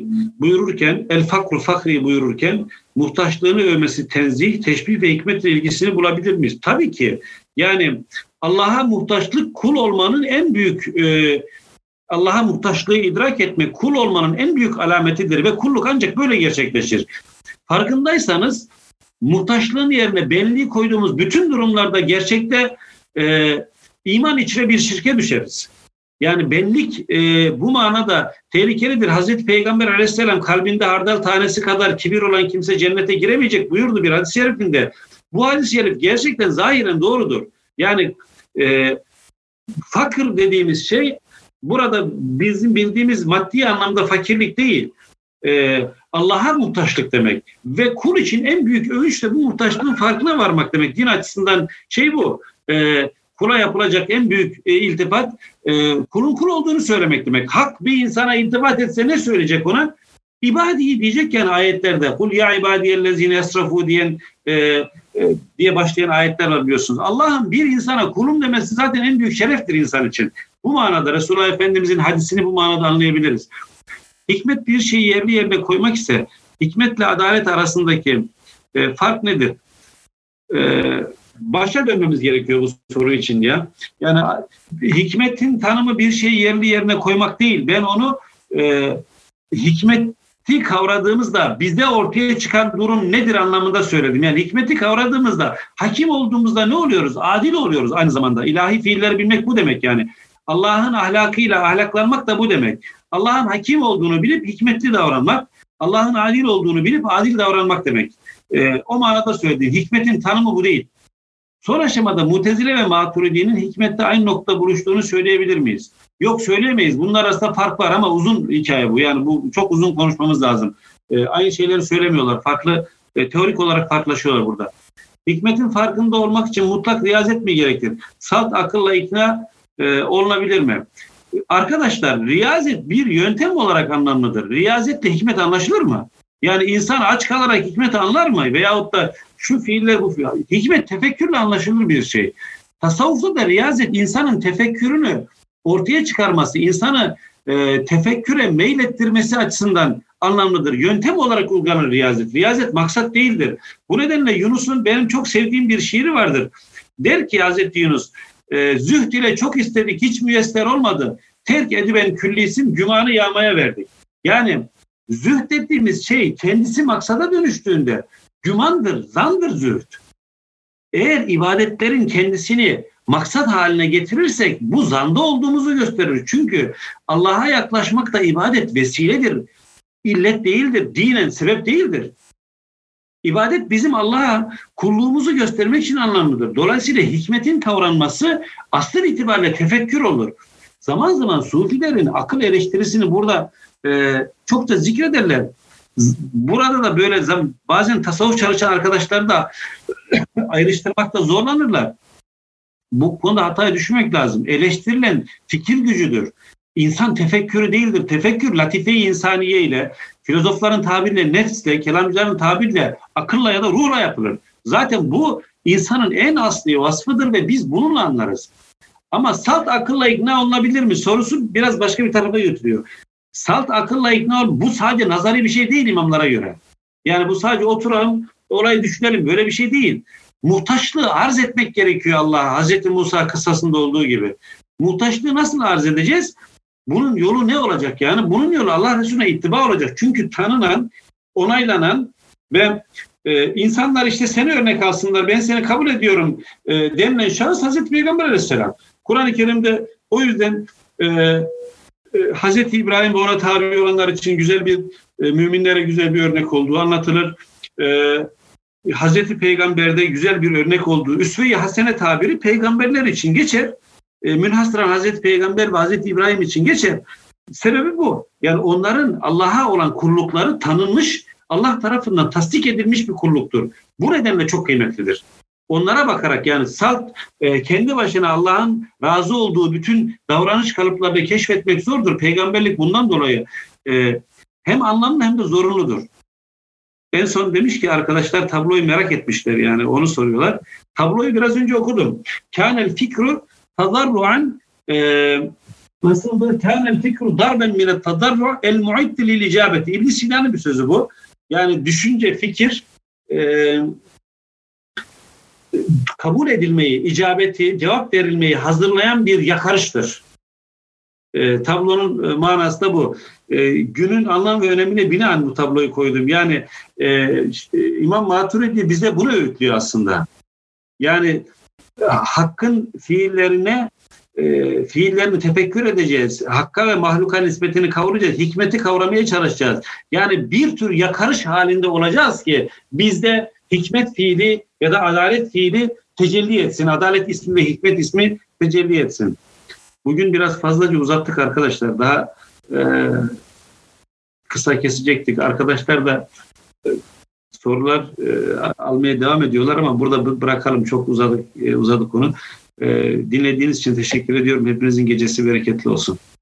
fakri buyururken muhtaçlığını övmesi tenzih, teşbih ve hikmetle ilgisini bulabilir miyiz? Tabii ki. Yani Allah'a muhtaçlık kul olmanın en büyük Allah'a muhtaçlığı idrak etmek kul olmanın en büyük alametidir ve kulluk ancak böyle gerçekleşir. Farkındaysanız muhtaçlığın yerine benliği koyduğumuz bütün durumlarda gerçekte iman içine bir şirke düşeriz. Yani benlik bu manada tehlikelidir. Hazreti Peygamber Aleyhisselam kalbinde hardal tanesi kadar kibir olan kimse cennete giremeyecek buyurdu bir hadis-i şerifinde. Bu hadis-i şerif gerçekten zahiren doğrudur. Yani fakir dediğimiz şey burada bizim bildiğimiz maddi anlamda fakirlik değil. Allah'a muhtaçlık demek. Ve kul için en büyük övünç de bu muhtaçlığın farkına varmak demek. Din açısından bu. Kula yapılacak en büyük iltifat kulun kul olduğunu söylemek demek. Hak bir insana iltifat etse ne söyleyecek ona? İbadi diyecek yani ayetlerde. Kul ya ibadiyellezine esrafu diye başlayan ayetler var biliyorsunuz. Allah'ın bir insana kulum demesi zaten en büyük şereftir insan için. Bu manada Resulullah Efendimizin hadisini bu manada anlayabiliriz. Hikmet bir şeyi yerli yerine koymak ise hikmetle adalet arasındaki fark nedir? Başa dönmemiz gerekiyor bu soru için ya. Yani hikmetin tanımı bir şeyi yerli yerine koymak değil. Ben onu hikmeti kavradığımızda bizde ortaya çıkan durum nedir anlamında söyledim. Yani hikmeti kavradığımızda hakim olduğumuzda ne oluyoruz? Adil oluyoruz aynı zamanda. İlahi fiilleri bilmek bu demek yani. Allah'ın ahlakıyla ahlaklanmak da bu demek. Allah'ın hakim olduğunu bilip hikmetli davranmak, Allah'ın adil olduğunu bilip adil davranmak demek. O manada söylediğim hikmetin tanımı bu değil. Son aşamada Mutezile ve Maturidi'nin hikmette aynı nokta buluştuğunu söyleyebilir miyiz? Yok söyleyemeyiz. Bunlar arasında fark var ama uzun hikaye bu. Yani bu çok uzun konuşmamız lazım. Aynı şeyleri söylemiyorlar. Farklı, teorik olarak farklılaşıyorlar burada. Hikmetin farkında olmak için mutlak riyazet mi gerekir? Salt akılla ikna olunabilir mi? Arkadaşlar riyazet bir yöntem olarak anlamlıdır. Riyazetle hikmet anlaşılır mı? Yani insan aç kalarak hikmet anlar mı? Veyahut da şu fiiller bu fiiller. Hikmet tefekkürle anlaşılır bir şey. Tasavvufta da riyazet insanın tefekkürünü ortaya çıkarması, insanı tefekküre meylettirmesi açısından anlamlıdır. Yöntem olarak uygulanır riyazet. Riyazet maksat değildir. Bu nedenle Yunus'un benim çok sevdiğim bir şiiri vardır. Der ki Hazreti Yunus, zühd ile çok istedik hiç müyesser olmadı. Terk ediben küllisim gümanı yağmaya verdik. Yani zühd dediğimiz şey kendisi maksada dönüştüğünde gümandır, zandır zühd. Eğer ibadetlerin kendisini maksat haline getirirsek bu zanda olduğumuzu gösterir. Çünkü Allah'a yaklaşmak da ibadet vesiledir. İllet değildir, dinen sebep değildir. İbadet bizim Allah'a kulluğumuzu göstermek için anlamlıdır. Dolayısıyla hikmetin kavranması asıl itibariyle tefekkür olur. Zaman zaman Sufilerin akıl eleştirisini burada çok da zikrederler. Burada da böyle bazen tasavvuf çalışan arkadaşlar da ayrıştırmakta zorlanırlar. Bu konuda hataya düşmek lazım. Eleştirilen fikir gücüdür. İnsan tefekkürü değildir. Tefekkür latife-i insaniye ile, filozofların tabiriyle nefsle, kelamcıların tabiriyle akılla ya da ruhla yapılır. Zaten bu insanın en asli vasfıdır ve biz bununla anlarız. Ama salt akılla ikna olunabilir mi sorusu biraz başka bir tarafa götürüyor. Salt akılla ikna bu sadece nazari bir şey değil imamlara göre. Yani bu sadece oturalım, olayı düşünelim böyle bir şey değil. Muhtaçlığı arz etmek gerekiyor Allah'a. Hazreti Musa kıssasında olduğu gibi. Muhtaçlığı nasıl arz edeceğiz? Bunun yolu ne olacak? Yani bunun yolu Allah Resulüne ittiba olacak. Çünkü tanınan, onaylanan ve insanlar işte seni örnek alsınlar, ben seni kabul ediyorum denilen şahıs Hazreti Peygamber Aleyhisselam. Kur'an-ı Kerim'de o yüzden Hazreti İbrahim ve ona tabi olanlar için güzel bir müminlere güzel bir örnek olduğu anlatılır. Hazreti Peygamber'de güzel bir örnek olduğu üsve-i hasene tabiri peygamberler için geçer. Münhasıran Hazreti Peygamber ve Hazreti İbrahim için geçer. Sebebi bu. Yani onların Allah'a olan kullukları tanınmış, Allah tarafından tasdik edilmiş bir kulluktur. Bu nedenle çok kıymetlidir. Onlara bakarak yani salt kendi başına Allah'ın razı olduğu bütün davranış kalıplarını keşfetmek zordur. Peygamberlik bundan dolayı hem anlamlı hem de zorunludur. En son demiş ki arkadaşlar tabloyu merak etmişler yani onu soruyorlar. Tabloyu biraz önce okudum. Kânel fikru tadarruan nasıldı? Kânel fikru darben minet tadarru el muiddi lil icabeti. İbn Sina'nın bir sözü bu. Yani düşünce, fikir kabul edilmeyi, icabeti, cevap verilmeyi hazırlayan bir yakarıştır. Tablonun manası da bu. Günün anlam ve önemine binaen bu tabloyu koydum. Yani İmam Maturidi bize bunu öğütlüyor aslında. Yani Hakk'ın fiillerini tefekkür edeceğiz. Hakka ve mahluka nispetini kavrayacağız. Hikmeti kavramaya çalışacağız. Yani bir tür yakarış halinde olacağız ki bizde hikmet fiili ya da adalet fiili tecelli etsin. Adalet ismi ve hikmet ismi tecelli etsin. Bugün biraz fazlaca uzattık arkadaşlar. Daha kısa kesecektik. Arkadaşlar da sorular almaya devam ediyorlar ama burada bırakalım. Çok uzadık konu. Dinlediğiniz için teşekkür ediyorum. Hepinizin gecesi bereketli olsun.